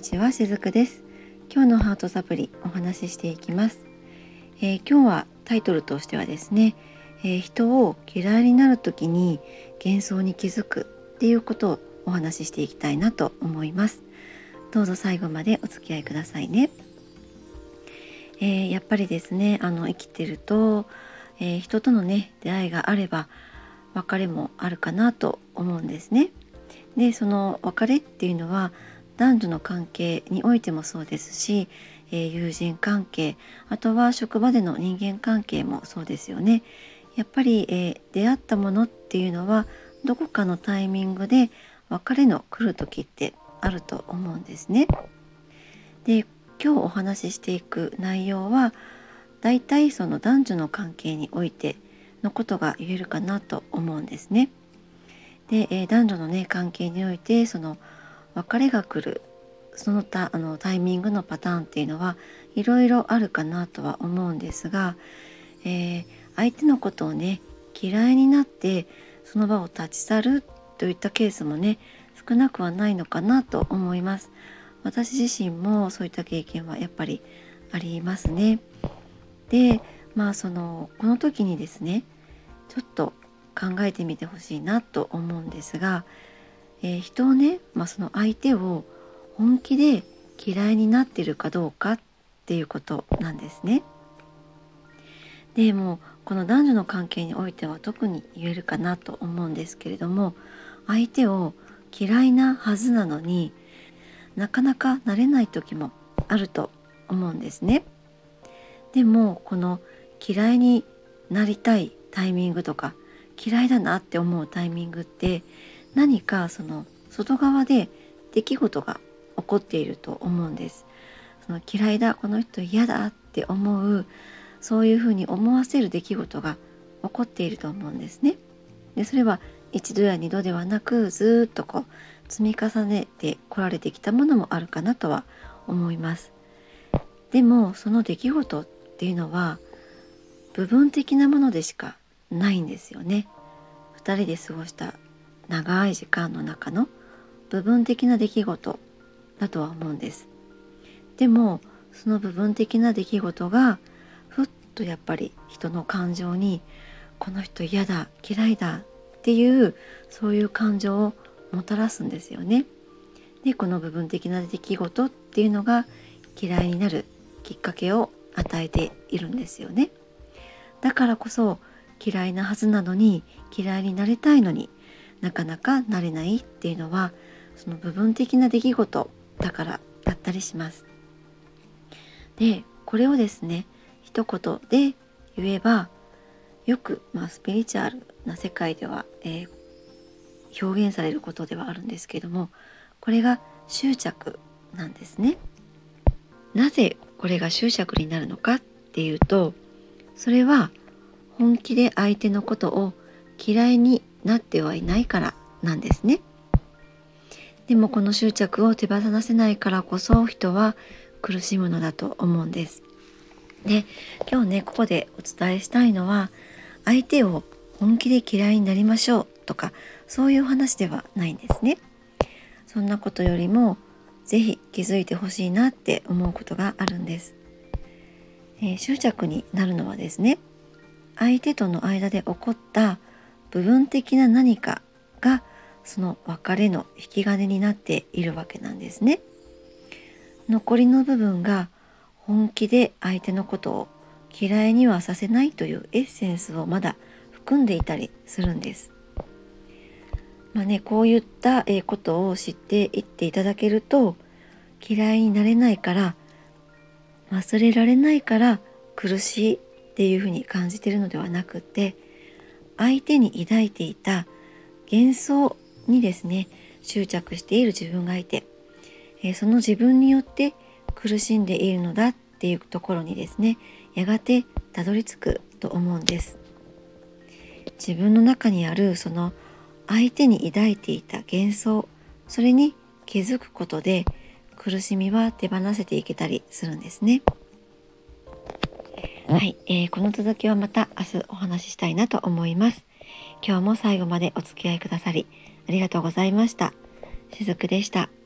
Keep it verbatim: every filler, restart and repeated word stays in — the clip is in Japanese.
ちは、しずくです。今日のハートサプリお話ししていきます。えー、今日はタイトルとしてはですね、えー、人を嫌いになるときに幻想に気づくっていうことをお話ししていきたいなと思います。どうぞ最後までお付き合いくださいね。えー、やっぱりですね、あの生きてると、えー、人とのね出会いがあれば別れもあるかなと思うんですね。で、その別れっていうのは男女の関係においてもそうですし、えー、友人関係、あとは職場での人間関係もそうですよね。やっぱり、えー、出会ったものっていうのはどこかのタイミングで別れの来る時ってあると思うんですね。で、今日お話ししていく内容はだいたいその男女の関係においてのことが言えるかなと思うんですね。で、えー、男女のね関係においてその別れが来るそのたあのタイミングのパターンっていうのはいろいろあるかなとは思うんですが、えー相手のことをね嫌いになってその場を立ち去るといったケースもね少なくはないのかなと思います。私自身もそういった経験はやっぱりありますね。で、まあそのこの時にですねちょっと考えてみてほしいなと思うんですが、えー人をね、まあ、その相手を本気で嫌いになっているかどうかっていうことなんですね。でもこの男女の関係においては特に言えるかなと思うんですけれども、相手を嫌いなはずなのになかなかなれない時もあると思うんですね。でもこの嫌いになりたいタイミングとか嫌いだなって思うタイミングって何かその外側で出来事が起こっていると思うんです。その嫌いだ、この人嫌だって思う、そういうふうに思わせる出来事が起こっていると思うんですね。で、それは一度や二度ではなくずっとこう積み重ねてこられてきたものもあるかなとは思います。でもその出来事っていうのは部分的なものでしかないんですよね。二人で過ごした長い時間の中の部分的な出来事だとは思うんです。でもその部分的な出来事がふっとやっぱり人の感情にこの人嫌だ嫌いだっていうそういう感情をもたらすんですよね。で、この部分的な出来事っていうのが嫌いになるきっかけを与えているんですよね。だからこそ嫌いなはずなのに嫌いになりたいのになかなかなれないっていうのはその部分的な出来事だからだったりします。で、これをですね一言で言えばよく、まあ、スピリチュアルな世界では、えー表現されることではあるんですけども、これが執着なんですね。なぜこれが執着になるのかっていうと、それは本気で相手のことを嫌いになってはいないからなんですね。でもこの執着を手放せないからこそ人は苦しむのだと思うんです。で、今日ねここでお伝えしたいのは相手を本気で嫌いになりましょうとかそういう話ではないんですね。そんなことよりもぜひ気づいてほしいなって思うことがあるんです。えー執着になるのはですね相手との間で起こった部分的な何かがその別れの引き金になっているわけなんですね。残りの部分が本気で相手のことを嫌いにはさせないというエッセンスをまだ含んでいたりするんです。まあね、こういったえーことを知っていっていただけると嫌いになれないから忘れられないから苦しいっていうふうに感じているのではなくて、相手に抱いていた幻想にですね執着している自分がいて、えーその自分によって苦しんでいるのだっていうところにですねやがてたどり着くと思うんです。自分の中にあるその相手に抱いていた幻想、それに気づくことで苦しみは手放せていけたりするんですね。はい、えーこの続きはまた明日お話ししたいなと思います。今日も最後までお付き合いくださりありがとうございました。しずくでした。